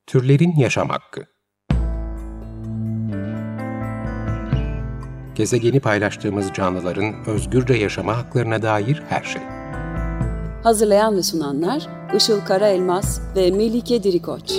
Türlerin yaşam hakkı. Gezegeni paylaştığımız canlıların özgürce yaşama haklarına dair her şey. Hazırlayan ve sunanlar Işıl Karaelmaz ve Melike Dirikoç.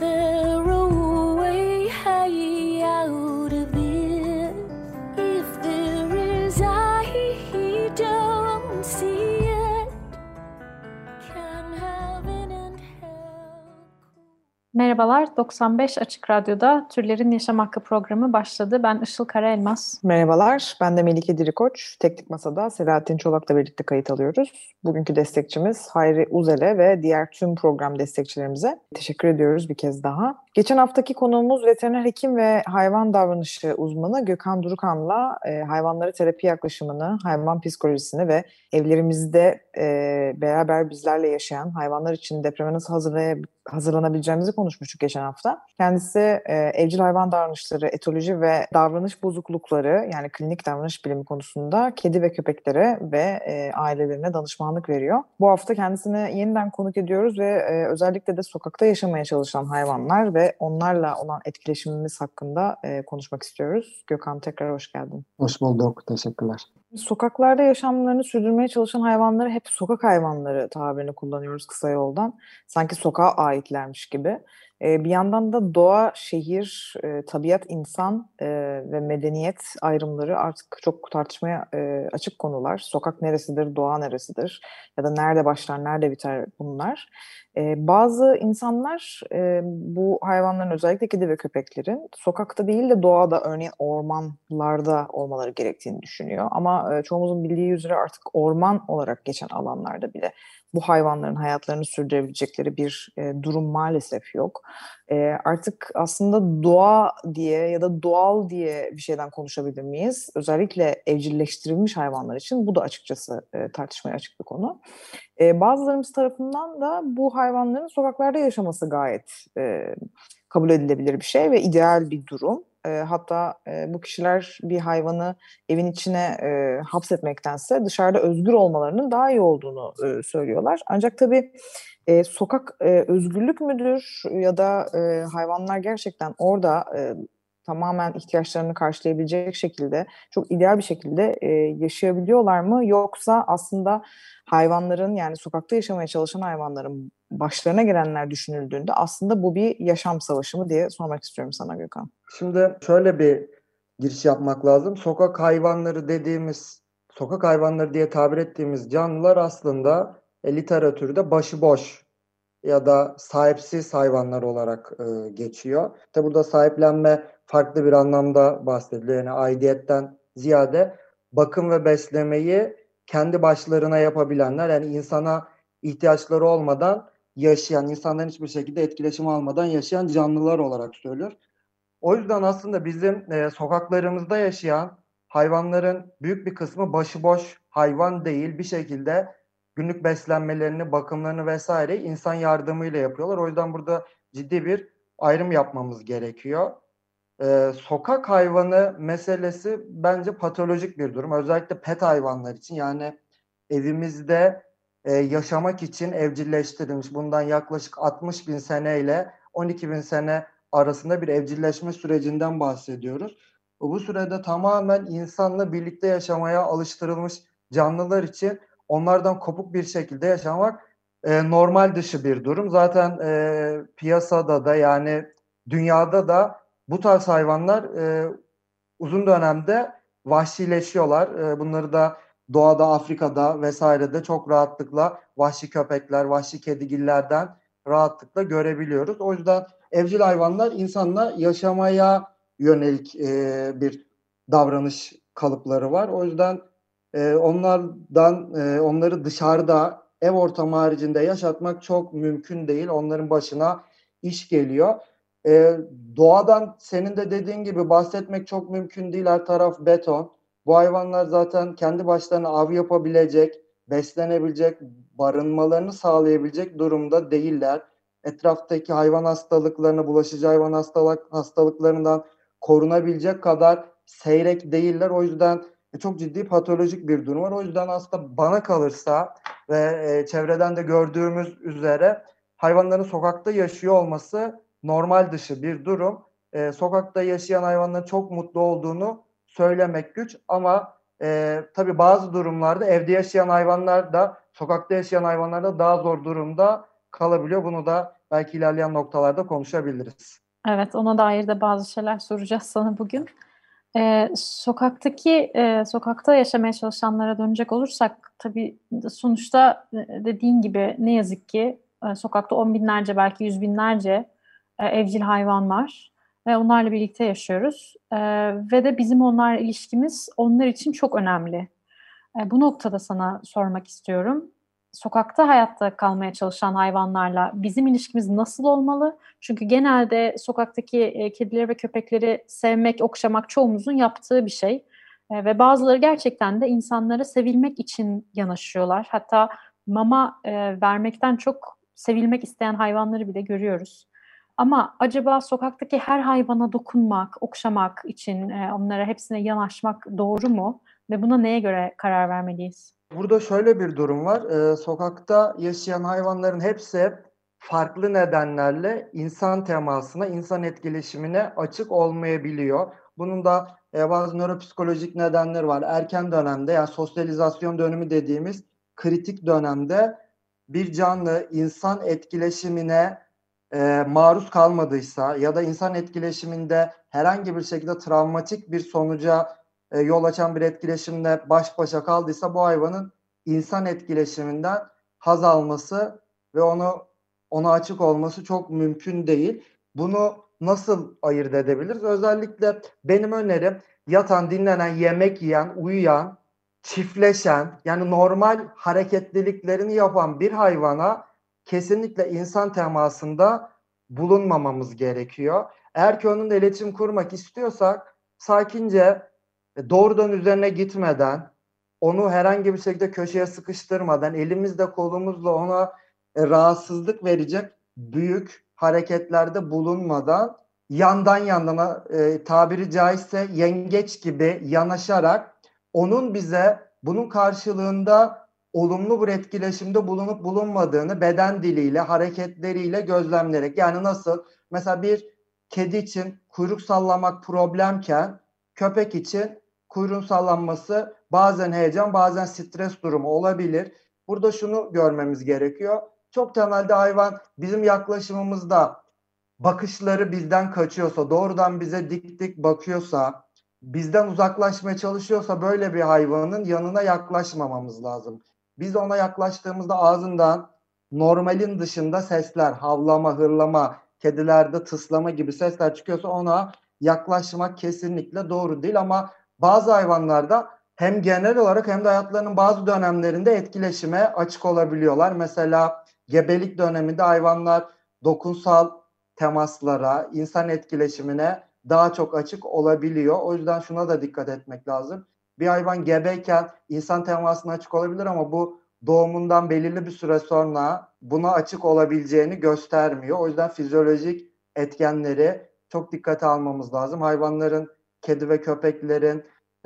Merhabalar, 95 Açık Radyo'da Türlerin Yaşam Hakkı programı başladı. Ben Işıl Karaelmaz. Merhabalar, ben de Melike Dirikoç. Teknik Masa'da Selahattin Çolak'la birlikte kayıt alıyoruz. Bugünkü destekçimiz Hayri Uzel'e ve diğer tüm program destekçilerimize teşekkür ediyoruz bir kez daha. Geçen haftaki konuğumuz veteriner hekim ve hayvan davranışı uzmanı Gökhan Durukan'la hayvanlara terapi yaklaşımını, hayvan psikolojisini ve evlerimizde beraber bizlerle yaşayan hayvanlar için depreme nasıl hazırlanabileceğimizi konuşmuştuk geçen hafta. Kendisi evcil hayvan davranışları, etoloji ve davranış bozuklukları yani klinik davranış bilimi konusunda kedi ve köpeklere ve ailelerine danışmanlık veriyor. Bu hafta kendisini yeniden konuk ediyoruz ve özellikle de sokakta yaşamaya çalışan hayvanlar ve onlarla olan etkileşimimiz hakkında konuşmak istiyoruz. Gökhan, tekrar hoş geldin. Hoş bulduk, teşekkürler. Sokaklarda yaşamlarını sürdürmeye çalışan hayvanları hep sokak hayvanları tabirini kullanıyoruz kısa yoldan. Sanki sokağa aitlermiş gibi. Bir yandan da doğa, şehir, tabiat, insan ve medeniyet ayrımları artık çok tartışmaya açık konular. Sokak neresidir, doğa neresidir ya da nerede başlar, nerede biter bunlar. Bazı insanlar bu hayvanların, özellikle kedi ve köpeklerin sokakta değil de doğada, örneğin ormanlarda olmaları gerektiğini düşünüyor. Ama çoğumuzun bildiği üzere artık orman olarak geçen alanlarda bile bu hayvanların hayatlarını sürdürebilecekleri bir durum maalesef yok. Artık aslında doğa diye ya da doğal diye bir şeyden konuşabilir miyiz? Özellikle evcilleştirilmiş hayvanlar için bu da açıkçası tartışmaya açık bir konu. Bazılarımız tarafından da bu hayvanların sokaklarda yaşaması gayet kabul edilebilir bir şey ve ideal bir durum. Hatta bu kişiler bir hayvanı evin içine hapsetmektense dışarıda özgür olmalarının daha iyi olduğunu söylüyorlar. Ancak tabii sokak özgürlük müdür ya da hayvanlar gerçekten orada tamamen ihtiyaçlarını karşılayabilecek şekilde, çok ideal bir şekilde yaşayabiliyorlar mı? Yoksa aslında hayvanların, yani sokakta yaşamaya çalışan hayvanların başlarına gelenler düşünüldüğünde aslında bu bir yaşam savaşı mı diye sormak istiyorum sana Gökhan. Şimdi şöyle bir giriş yapmak lazım. Sokak hayvanları diye tabir ettiğimiz canlılar aslında literatürde başıboş ya da sahipsiz hayvanlar olarak geçiyor. Tabi burada sahiplenme farklı bir anlamda bahsediliyor. Yani aidiyetten ziyade bakım ve beslemeyi kendi başlarına yapabilenler, yani insana ihtiyaçları olmadan yaşayan, insanların hiçbir şekilde etkileşim almadan yaşayan canlılar olarak söylüyor. O yüzden aslında bizim sokaklarımızda yaşayan hayvanların büyük bir kısmı başıboş hayvan değil, bir şekilde günlük beslenmelerini, bakımlarını vesaire insan yardımıyla yapıyorlar. O yüzden burada ciddi bir ayrım yapmamız gerekiyor. Sokak hayvanı meselesi bence patolojik bir durum. Özellikle pet hayvanlar için, yani evimizde yaşamak için evcilleştirilmiş, bundan yaklaşık 60 bin sene ile 12 bin sene arasında bir evcilleşme sürecinden bahsediyoruz. Bu sürede tamamen insanla birlikte yaşamaya alıştırılmış canlılar için onlardan kopuk bir şekilde yaşamak normal dışı bir durum. Zaten piyasada da, yani dünyada da bu tarz hayvanlar uzun dönemde vahşileşiyorlar. Bunları da doğada, Afrika'da vesairede çok rahatlıkla vahşi köpekler, vahşi kedigillerden rahatlıkla görebiliyoruz. O yüzden evcil hayvanlar insanla yaşamaya yönelik bir davranış kalıpları var. O yüzden onları dışarıda, ev ortamı haricinde yaşatmak çok mümkün değil. Onların başına iş geliyor. Doğadan senin de dediğin gibi bahsetmek çok mümkün değil. Her taraf beton. Bu hayvanlar zaten kendi başlarına av yapabilecek, beslenebilecek, barınmalarını sağlayabilecek durumda değiller. Etraftaki hayvan hastalıklarını, bulaşıcı hayvan hastalıklarından korunabilecek kadar seyrek değiller. O yüzden çok ciddi patolojik bir durum var. O yüzden aslında bana kalırsa ve çevreden de gördüğümüz üzere hayvanların sokakta yaşıyor olması normal dışı bir durum. Sokakta yaşayan hayvanların çok mutlu olduğunu söylemek güç ama tabii bazı durumlarda evde yaşayan hayvanlar da sokakta yaşayan hayvanlar da daha zor durumda kalabiliyor. Bunu da belki ilerleyen noktalarda konuşabiliriz. Evet, ona dair de bazı şeyler soracağız sana bugün. Sokakta yaşamaya çalışanlara dönecek olursak, tabii sonuçta dediğin gibi ne yazık ki sokakta on binlerce, belki yüz binlerce evcil hayvan var ve onlarla birlikte yaşıyoruz. Ve de bizim onlarla ilişkimiz onlar için çok önemli. Bu noktada sana sormak istiyorum. Sokakta hayatta kalmaya çalışan hayvanlarla bizim ilişkimiz nasıl olmalı? Çünkü genelde sokaktaki kedileri ve köpekleri sevmek, okşamak çoğumuzun yaptığı bir şey. Ve bazıları gerçekten de insanlara sevilmek için yanaşıyorlar. Hatta mama vermekten çok sevilmek isteyen hayvanları bile görüyoruz. Ama acaba sokaktaki her hayvana dokunmak, okşamak için onlara hepsine yanaşmak doğru mu? Ve buna neye göre karar vermeliyiz? Burada şöyle bir durum var. Sokakta yaşayan hayvanların hepsi farklı nedenlerle insan temasına, insan etkileşimine açık olmayabiliyor. Bunun da bazı nöropsikolojik nedenleri var. Erken dönemde, yani sosyalizasyon dönemi dediğimiz kritik dönemde bir canlı insan etkileşimine maruz kalmadıysa ya da insan etkileşiminde herhangi bir şekilde travmatik bir sonuca yol açan bir etkileşimle baş başa kaldıysa bu hayvanın insan etkileşiminden haz alması ve ona açık olması çok mümkün değil. Bunu nasıl ayırt edebiliriz? Özellikle benim önerim yatan, dinlenen, yemek yiyen, uyuyan, çiftleşen, yani normal hareketliliklerini yapan bir hayvana kesinlikle insan temasında bulunmamamız gerekiyor. Eğer ki onunla iletişim kurmak istiyorsak sakince, doğrudan üzerine gitmeden, onu herhangi bir şekilde köşeye sıkıştırmadan, elimizle kolumuzla ona rahatsızlık verecek büyük hareketlerde bulunmadan, yandan yandana, tabiri caizse yengeç gibi yanaşarak onun bize bunun karşılığında olumlu bir etkileşimde bulunup bulunmadığını beden diliyle, hareketleriyle gözlemleyerek. Yani nasıl? Mesela bir kedi için kuyruk sallamak problemken köpek için kuyruğun sallanması bazen heyecan, bazen stres durumu olabilir. Burada şunu görmemiz gerekiyor. Çok temelde hayvan bizim yaklaşımımızda bakışları bizden kaçıyorsa, doğrudan bize dik dik bakıyorsa, bizden uzaklaşmaya çalışıyorsa böyle bir hayvanın yanına yaklaşmamamız lazım. Biz ona yaklaştığımızda ağzından normalin dışında sesler, havlama, hırlama, kedilerde tıslama gibi sesler çıkıyorsa ona yaklaşmak kesinlikle doğru değil. Ama bazı hayvanlarda hem genel olarak hem de hayatlarının bazı dönemlerinde etkileşime açık olabiliyorlar. Mesela gebelik döneminde hayvanlar dokunsal temaslara, insan etkileşimine daha çok açık olabiliyor. O yüzden şuna da dikkat etmek lazım. Bir hayvan gebeyken insan temasına açık olabilir ama bu doğumundan belirli bir süre sonra buna açık olabileceğini göstermiyor. O yüzden fizyolojik etkenleri çok dikkate almamız lazım. Hayvanların, kedi ve köpeklerin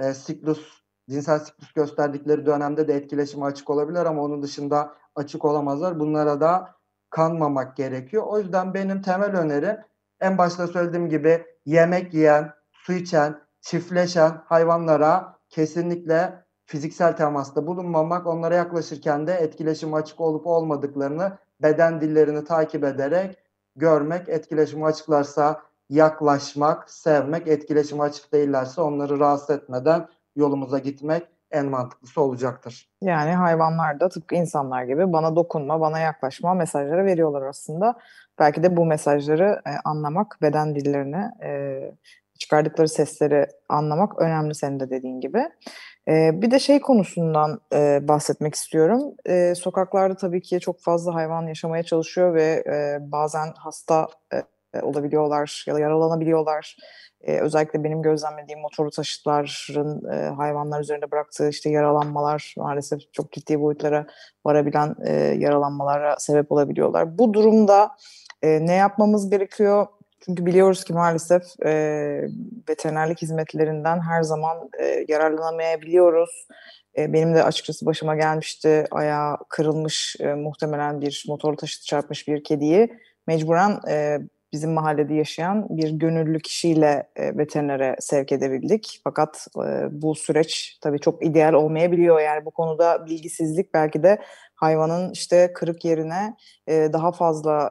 cinsel siklus gösterdikleri dönemde de etkileşime açık olabilir ama onun dışında açık olamazlar. Bunlara da kanmamak gerekiyor. O yüzden benim temel önerim en başta söylediğim gibi yemek yiyen, su içen, çiftleşen hayvanlara kesinlikle fiziksel temasta bulunmamak, onlara yaklaşırken de etkileşime açık olup olmadıklarını beden dillerini takip ederek görmek, etkileşime açıklarsa yaklaşmak, sevmek, etkileşime açık değillerse onları rahatsız etmeden yolumuza gitmek en mantıklısı olacaktır. Yani hayvanlar da tıpkı insanlar gibi bana dokunma, bana yaklaşma mesajları veriyorlar aslında. Belki de bu mesajları anlamak, beden dillerini, çıkardıkları sesleri anlamak önemli senin de dediğin gibi. Bir de şey konusundan bahsetmek istiyorum. Sokaklarda tabii ki çok fazla hayvan yaşamaya çalışıyor ve bazen hasta olabiliyorlar ya da yaralanabiliyorlar. Özellikle benim gözlemlediğim motorlu taşıtların hayvanlar üzerinde bıraktığı işte yaralanmalar maalesef çok ciddi boyutlara varabilen yaralanmalara sebep olabiliyorlar. Bu durumda ne yapmamız gerekiyor? Çünkü biliyoruz ki maalesef veterinerlik hizmetlerinden her zaman yararlanamayabiliyoruz. Benim de açıkçası başıma gelmişti. Ayağı kırılmış, muhtemelen bir motorlu taşıt çarpmış bir kediyi mecburen bizim mahallede yaşayan bir gönüllü kişiyle veterinere sevk edebildik. Fakat bu süreç tabii çok ideal olmayabiliyor. Yani bu konuda bilgisizlik belki de hayvanın işte kırık yerine daha fazla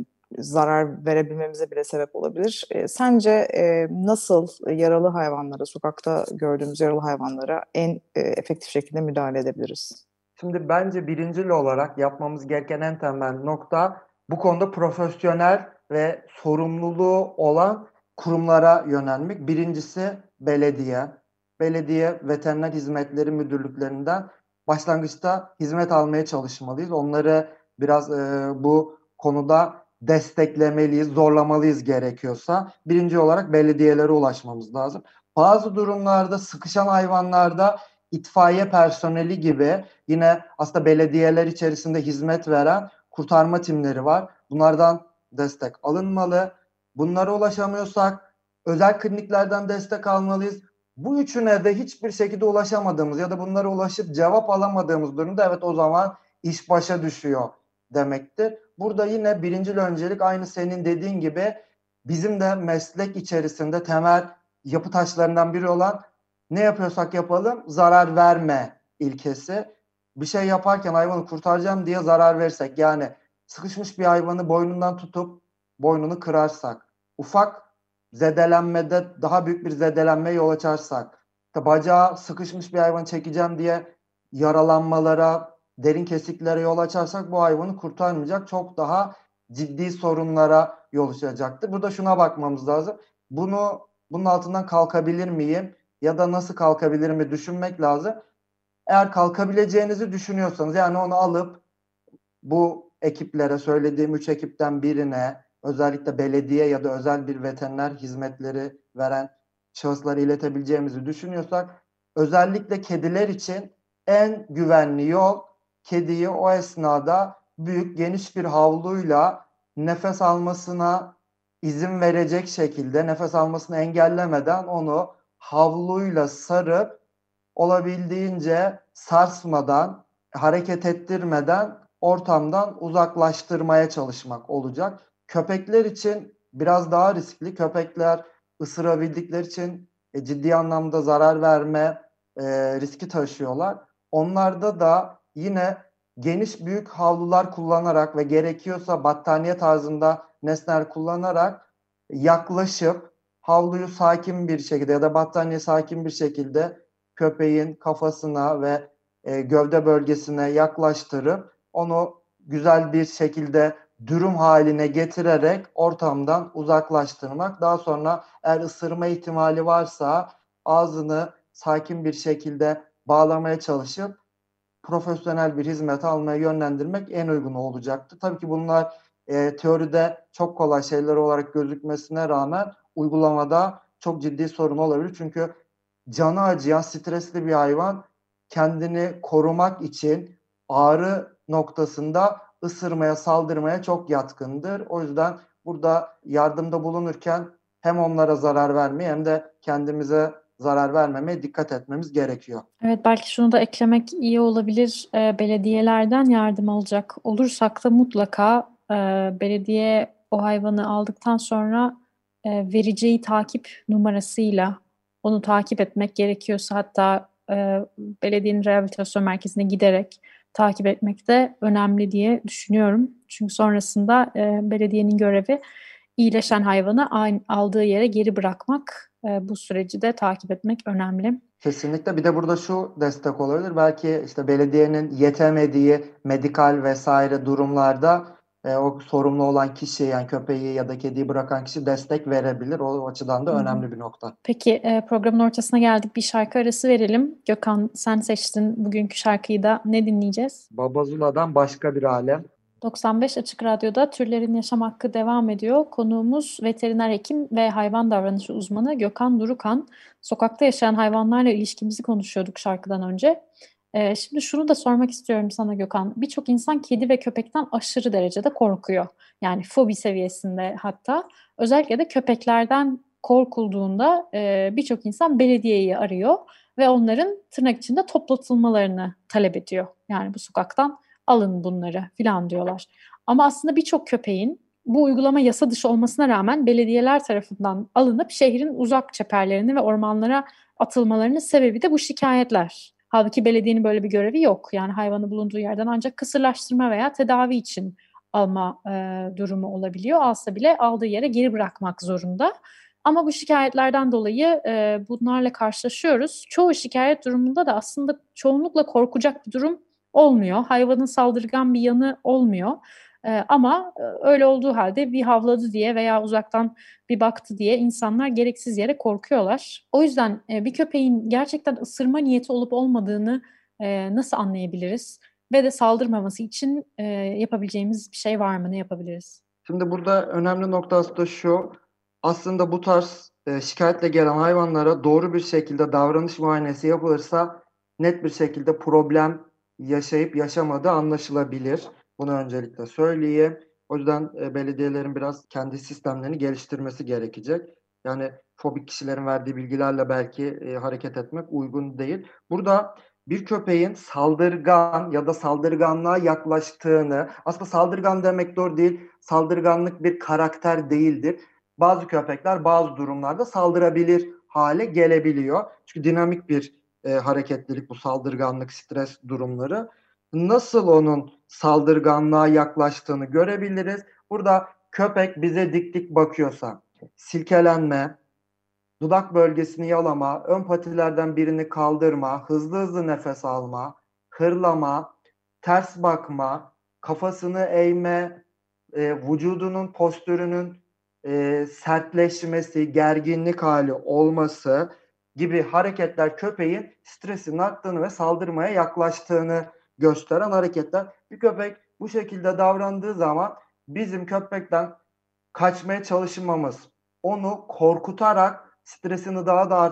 zarar verebilmemize bile sebep olabilir. Sence nasıl yaralı hayvanlara, sokakta gördüğümüz yaralı hayvanlara en efektif şekilde müdahale edebiliriz? Şimdi bence birincil olarak yapmamız gereken en temel nokta bu konuda profesyonel ve sorumluluğu olan kurumlara yönelmek. Birincisi belediye. Belediye Veteriner Hizmetleri Müdürlüklerinden başlangıçta hizmet almaya çalışmalıyız. Onları biraz bu konuda desteklemeliyiz, zorlamalıyız gerekiyorsa. Birinci olarak belediyelere ulaşmamız lazım. Bazı durumlarda sıkışan hayvanlarda itfaiye personeli gibi yine aslında belediyeler içerisinde hizmet veren kurtarma timleri var. Bunlardan destek alınmalı. Bunlara ulaşamıyorsak özel kliniklerden destek almalıyız. Bu üçüne de hiçbir şekilde ulaşamadığımız ya da bunlara ulaşıp cevap alamadığımız durumda evet o zaman iş başa düşüyor demektir. Burada yine birincil öncelik aynı senin dediğin gibi bizim de meslek içerisinde temel yapı taşlarından biri olan ne yapıyorsak yapalım zarar verme ilkesi. Bir şey yaparken hayvanı kurtaracağım diye zarar versek yani sıkışmış bir hayvanı boynundan tutup boynunu kırarsak, ufak zedelenmede daha büyük bir zedelenmeye yol açarsak, işte bacağı sıkışmış bir hayvanı çekeceğim diye yaralanmalara, derin kesiklere yol açarsak bu hayvanı kurtarmayacak. Çok daha ciddi sorunlara yol açacaktır. Burada şuna bakmamız lazım. Bunun altından kalkabilir miyim? Ya da nasıl kalkabilirim düşünmek lazım. Eğer kalkabileceğinizi düşünüyorsanız yani onu alıp bu ekiplere söylediğim 3 ekipten birine özellikle belediye ya da özel bir veteriner hizmetleri veren şahıslara iletebileceğimizi düşünüyorsak özellikle kediler için en güvenli yol kediyi o esnada büyük geniş bir havluyla nefes almasına izin verecek şekilde nefes almasını engellemeden onu havluyla sarıp olabildiğince sarsmadan, hareket ettirmeden ortamdan uzaklaştırmaya çalışmak olacak. Köpekler için biraz daha riskli. Köpekler ısırabildikleri için ciddi anlamda zarar verme riski taşıyorlar. Onlarda da yine geniş büyük havlular kullanarak ve gerekiyorsa battaniye tarzında nesneler kullanarak yaklaşıp havluyu sakin bir şekilde ya da battaniye sakin bir şekilde köpeğin kafasına ve gövde bölgesine yaklaştırıp onu güzel bir şekilde dürüm haline getirerek ortamdan uzaklaştırmak. Daha sonra eğer ısırma ihtimali varsa ağzını sakin bir şekilde bağlamaya çalışıp profesyonel bir hizmet almaya yönlendirmek en uygunu olacaktır. Tabii ki bunlar teoride çok kolay şeyler olarak gözükmesine rağmen uygulamada çok ciddi sorun olabilir. Çünkü canı acıyan, stresli bir hayvan kendini korumak için ağrı noktasında ısırmaya, saldırmaya çok yatkındır. O yüzden burada yardımda bulunurken hem onlara zarar vermeye hem de kendimize zarar vermemeye dikkat etmemiz gerekiyor. Evet, belki şunu da eklemek iyi olabilir. Belediyelerden yardım alacak olursak da mutlaka belediye o hayvanı aldıktan sonra vereceği takip numarasıyla onu takip etmek gerekiyorsa hatta belediyenin rehabilitasyon merkezine giderek takip etmek de önemli diye düşünüyorum. Çünkü sonrasında belediyenin görevi iyileşen hayvanı aldığı yere geri bırakmak. Bu süreci de takip etmek önemli. Kesinlikle. Bir de burada şu destek olabilir. Belki işte belediyenin yetemediği medikal vesaire durumlarda o sorumlu olan kişi yani köpeği ya da kediyi bırakan kişi destek verebilir. O açıdan da önemli bir nokta. Peki programın ortasına geldik. Bir şarkı arası verelim. Gökhan, sen seçtin bugünkü şarkıyı da. Ne dinleyeceğiz? Babazula'dan Başka Bir Alem. 95 Açık Radyo'da Türlerin Yaşam Hakkı devam ediyor. Konuğumuz veteriner hekim ve hayvan davranışı uzmanı Gökhan Durukan. Sokakta yaşayan hayvanlarla ilişkimizi konuşuyorduk şarkıdan önce. Şimdi şunu da sormak istiyorum sana Gökhan. Birçok insan kedi ve köpekten aşırı derecede korkuyor. Yani fobi seviyesinde hatta. Özellikle de köpeklerden korkulduğunda birçok insan belediyeyi arıyor ve onların tırnak içinde toplatılmalarını talep ediyor. Yani bu sokaktan alın bunları filan diyorlar. Ama aslında birçok köpeğin bu uygulama yasa dışı olmasına rağmen belediyeler tarafından alınıp şehrin uzak çeperlerine ve ormanlara atılmalarının sebebi de bu şikayetler. Halbuki belediyenin böyle bir görevi yok. Yani hayvanı bulunduğu yerden ancak kısırlaştırma veya tedavi için alma durumu olabiliyor. Alsa bile aldığı yere geri bırakmak zorunda. Ama bu şikayetlerden dolayı bunlarla karşılaşıyoruz. Çoğu şikayet durumunda da aslında çoğunlukla korkacak bir durum olmuyor. Hayvanın saldırgan bir yanı olmuyor. Ama öyle olduğu halde bir havladı diye veya uzaktan bir baktı diye insanlar gereksiz yere korkuyorlar. O yüzden bir köpeğin gerçekten ısırma niyeti olup olmadığını nasıl anlayabiliriz? Ve de saldırmaması için yapabileceğimiz bir şey var mı? Ne yapabiliriz? Şimdi burada önemli noktası da şu. Aslında bu tarz şikayetle gelen hayvanlara doğru bir şekilde davranış muayenesi yapılırsa net bir şekilde problem yaşayıp yaşamadığı anlaşılabilir. Bunu öncelikle söyleyeyim. O yüzden belediyelerin biraz kendi sistemlerini geliştirmesi gerekecek. Yani fobik kişilerin verdiği bilgilerle belki hareket etmek uygun değil. Burada bir köpeğin saldırgan ya da saldırganlığa yaklaştığını, aslında saldırgan demek doğru değil, saldırganlık bir karakter değildir. Bazı köpekler bazı durumlarda saldırabilir hale gelebiliyor. Çünkü dinamik bir hareketlilik bu saldırganlık, stres durumları. Nasıl onun saldırganlığa yaklaştığını görebiliriz. Burada köpek bize dik dik bakıyorsa, silkelenme, dudak bölgesini yalama, ön patilerden birini kaldırma, hızlı hızlı nefes alma, hırlama, ters bakma, kafasını eğme, vücudunun postürünün sertleşmesi, gerginlik hali olması gibi hareketler köpeğin stresinin arttığını ve saldırmaya yaklaştığını gösteren hareketler. Bir köpek bu şekilde davrandığı zaman bizim köpekten kaçmaya çalışmamız, onu korkutarak stresini daha da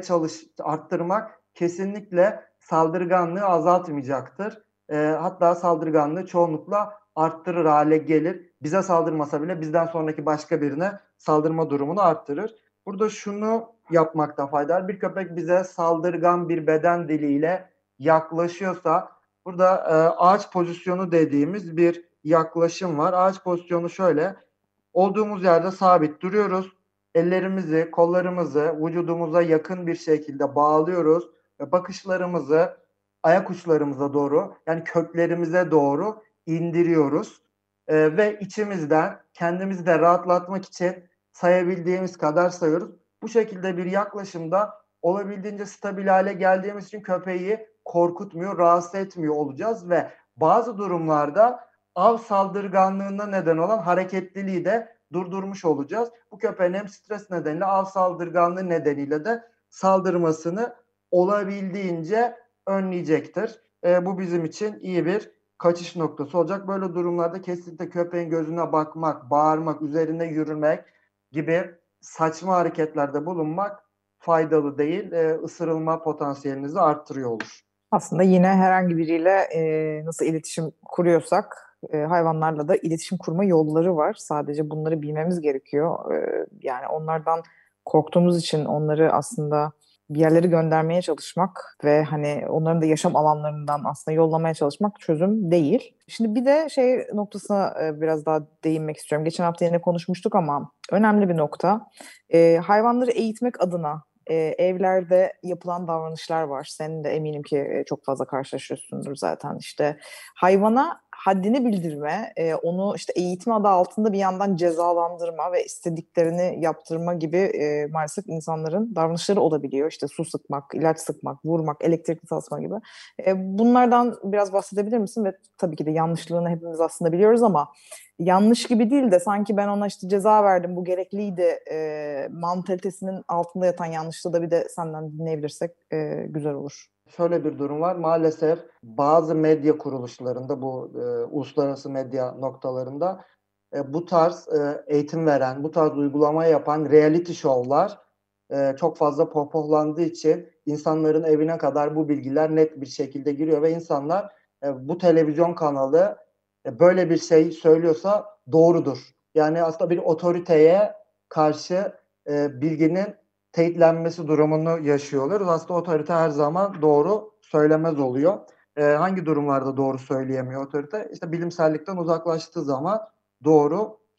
arttırmak kesinlikle saldırganlığı azaltmayacaktır. Hatta saldırganlığı çoğunlukla arttırır hale gelir. Bize saldırmasa bile bizden sonraki başka birine saldırma durumunu arttırır. Burada şunu yapmakta fayda var. Bir köpek bize saldırgan bir beden diliyle yaklaşıyorsa burada ağaç pozisyonu dediğimiz bir yaklaşım var. Ağaç pozisyonu şöyle. Olduğumuz yerde sabit duruyoruz. Ellerimizi, kollarımızı vücudumuza yakın bir şekilde bağlıyoruz ve bakışlarımızı ayak uçlarımıza doğru, yani köklerimize doğru indiriyoruz. Ve içimizden kendimizi de rahatlatmak için sayabildiğimiz kadar sayıyoruz. Bu şekilde bir yaklaşımda olabildiğince stabil hale geldiğimiz için köpeği korkutmuyor, rahatsız etmiyor olacağız ve bazı durumlarda av saldırganlığına neden olan hareketliliği de durdurmuş olacağız. Bu köpeğin hem stres nedeniyle av saldırganlığı nedeniyle de saldırmasını olabildiğince önleyecektir. Bu bizim için iyi bir kaçış noktası olacak. Böyle durumlarda kesinlikle köpeğin gözüne bakmak, bağırmak, üzerine yürümek gibi saçma hareketlerde bulunmak faydalı değil. Isırılma potansiyelinizi arttırıyor olur. Aslında yine herhangi biriyle nasıl iletişim kuruyorsak hayvanlarla da iletişim kurma yolları var. Sadece bunları bilmemiz gerekiyor. Yani onlardan korktuğumuz için onları aslında bir yerlere göndermeye çalışmak ve hani onların da yaşam alanlarından aslında yollamaya çalışmak çözüm değil. Şimdi bir de şey noktasına biraz daha değinmek istiyorum. Geçen hafta yine konuşmuştuk ama önemli bir nokta. Hayvanları eğitmek adına evlerde yapılan davranışlar var. Senin de eminim ki çok fazla karşılaşıyorsundur zaten. İşte hayvana haddini bildirme, onu işte eğitim adı altında bir yandan cezalandırma ve istediklerini yaptırma gibi maalesef insanların davranışları olabiliyor. İşte su sıkmak, ilaç sıkmak, vurmak, elektrikli tasma gibi. Bunlardan biraz bahsedebilir misin? Ve tabii ki de yanlışlığını hepimiz aslında biliyoruz ama yanlış gibi değil de sanki ben ona işte ceza verdim, bu gerekliydi mantalitesinin altında yatan yanlışlığı da bir de senden dinleyebilirsek güzel olur. Şöyle bir durum var. Maalesef bazı medya kuruluşlarında, bu uluslararası medya noktalarında bu tarz eğitim veren, bu tarz uygulama yapan reality show'lar çok fazla pohpohlandığı için insanların evine kadar bu bilgiler net bir şekilde giriyor ve insanlar bu televizyon kanalı böyle bir şey söylüyorsa doğrudur. Yani aslında bir otoriteye karşı bilginin teyitlenmesi durumunu yaşıyorlar. Aslında otorite her zaman doğru söylemez oluyor. Hangi durumlarda doğru söyleyemiyor otorite? İşte bilimsellikten uzaklaştığı zaman doğru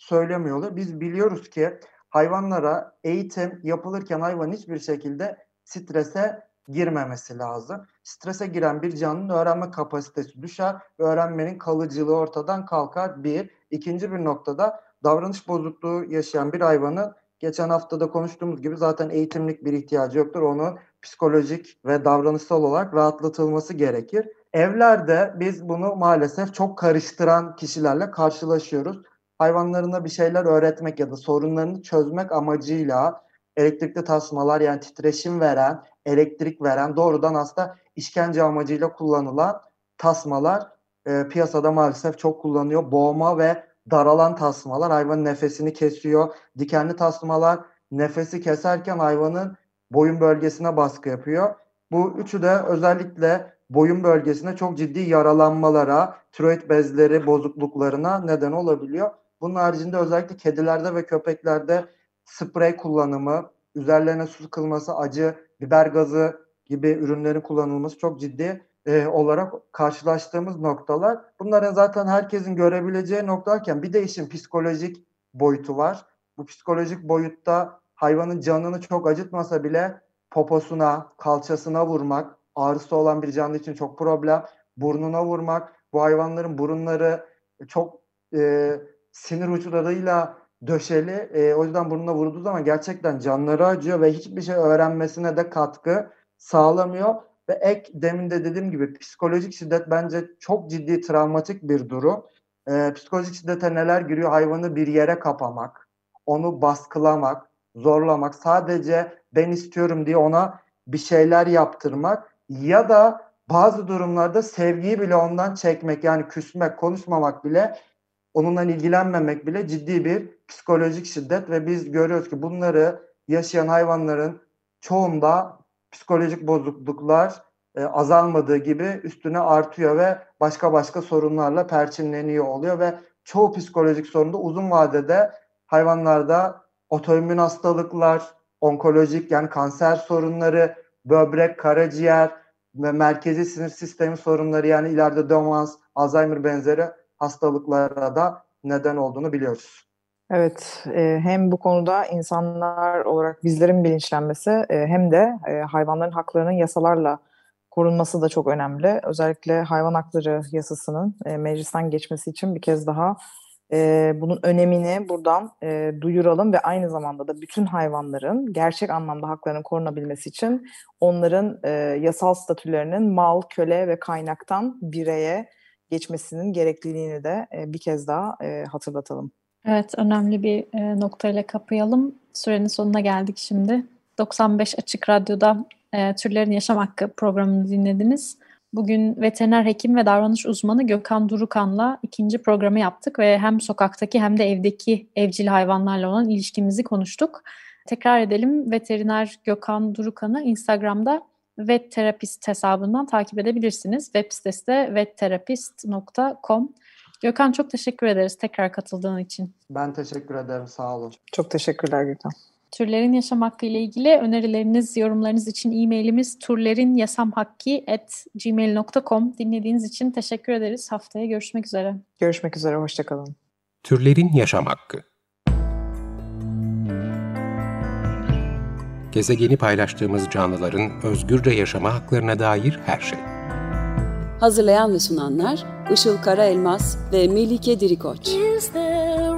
söylemiyorlar. Biz biliyoruz ki hayvanlara eğitim yapılırken hayvan hiçbir şekilde strese girmemesi lazım. Strese giren bir canlının öğrenme kapasitesi düşer ve öğrenmenin kalıcılığı ortadan kalkar. Bir. İkinci bir noktada davranış bozukluğu yaşayan bir hayvanın geçen haftada konuştuğumuz gibi zaten eğitimlik bir ihtiyacı yoktur. Onun psikolojik ve davranışsal olarak rahatlatılması gerekir. Evlerde biz bunu maalesef çok karıştıran kişilerle karşılaşıyoruz. Hayvanlarına bir şeyler öğretmek ya da sorunlarını çözmek amacıyla elektrikli tasmalar, yani titreşim veren, elektrik veren, doğrudan aslında işkence amacıyla kullanılan tasmalar piyasada maalesef çok kullanılıyor. Boğma ve daralan tasmalar hayvanın nefesini kesiyor. Dikenli tasmalar nefesi keserken hayvanın boyun bölgesine baskı yapıyor. Bu üçü de özellikle boyun bölgesinde çok ciddi yaralanmalara, tiroid bezleri bozukluklarına neden olabiliyor. Bunun haricinde özellikle kedilerde ve köpeklerde sprey kullanımı, üzerlerine su sıkılması, acı, biber gazı gibi ürünlerin kullanılması çok ciddi olarak karşılaştığımız noktalar. Bunların zaten herkesin görebileceği noktalarken bir de işin psikolojik boyutu var. Bu psikolojik boyutta hayvanın canını çok acıtmasa bile poposuna, kalçasına vurmak, ağrısı olan bir canlı için çok problem. Burnuna vurmak, bu hayvanların burunları çok sinir uçlarıyla döşeli. O yüzden burnuna vurduğu zaman gerçekten canları acıyor ve hiçbir şey öğrenmesine de katkı sağlamıyor. Ve demin de dediğim gibi psikolojik şiddet bence çok ciddi travmatik bir durum. Psikolojik şiddete neler giriyor? Hayvanı bir yere kapamak, onu baskılamak, zorlamak, sadece ben istiyorum diye ona bir şeyler yaptırmak ya da bazı durumlarda sevgiyi bile ondan çekmek, yani küsmek, konuşmamak bile, onunla ilgilenmemek bile ciddi bir psikolojik şiddet ve biz görüyoruz ki bunları yaşayan hayvanların çoğunda psikolojik bozukluklar azalmadığı gibi üstüne artıyor ve başka sorunlarla perçinleniyor oluyor ve çoğu psikolojik sorunda uzun vadede hayvanlarda otoimmün hastalıklar, onkolojik yani kanser sorunları, böbrek, karaciğer ve merkezi sinir sistemi sorunları, yani ileride demans, Alzheimer benzeri hastalıklara da neden olduğunu biliyoruz. Evet, hem bu konuda insanlar olarak bizlerin bilinçlenmesi hem de hayvanların haklarının yasalarla korunması da çok önemli. Özellikle hayvan hakları yasasının meclisten geçmesi için bir kez daha bunun önemini buradan duyuralım ve aynı zamanda da bütün hayvanların gerçek anlamda haklarının korunabilmesi için onların yasal statülerinin mal, köle ve kaynaktan bireye geçmesinin gerekliliğini de bir kez daha hatırlatalım. Evet, önemli bir noktayla kapayalım. Sürenin sonuna geldik şimdi. 95 Açık Radyo'da Türlerin Yaşam Hakkı programını dinlediniz. Bugün veteriner hekim ve davranış uzmanı Gökhan Durukan'la ikinci programı yaptık ve hem sokaktaki hem de evdeki evcil hayvanlarla olan ilişkimizi konuştuk. Tekrar edelim, veteriner Gökhan Durukan'ı Instagram'da vetterapist hesabından takip edebilirsiniz. Web sitesi de vetterapist.com. Gökhan, çok teşekkür ederiz tekrar katıldığın için. Ben teşekkür ederim, sağ olun. Çok teşekkürler Gökhan. Türlerin Yaşam Hakkı ile ilgili önerileriniz, yorumlarınız için e-mailimiz turlerinyasamhakki@gmail.com. Dinlediğiniz için teşekkür ederiz. Haftaya görüşmek üzere. Görüşmek üzere, hoşçakalın. Türlerin Yaşam Hakkı. Gezegeni paylaştığımız canlıların özgürce yaşama haklarına dair her şey. Hazırlayan ve sunanlar Işıl Karaelmaz ve Melike Dirikoç. Is there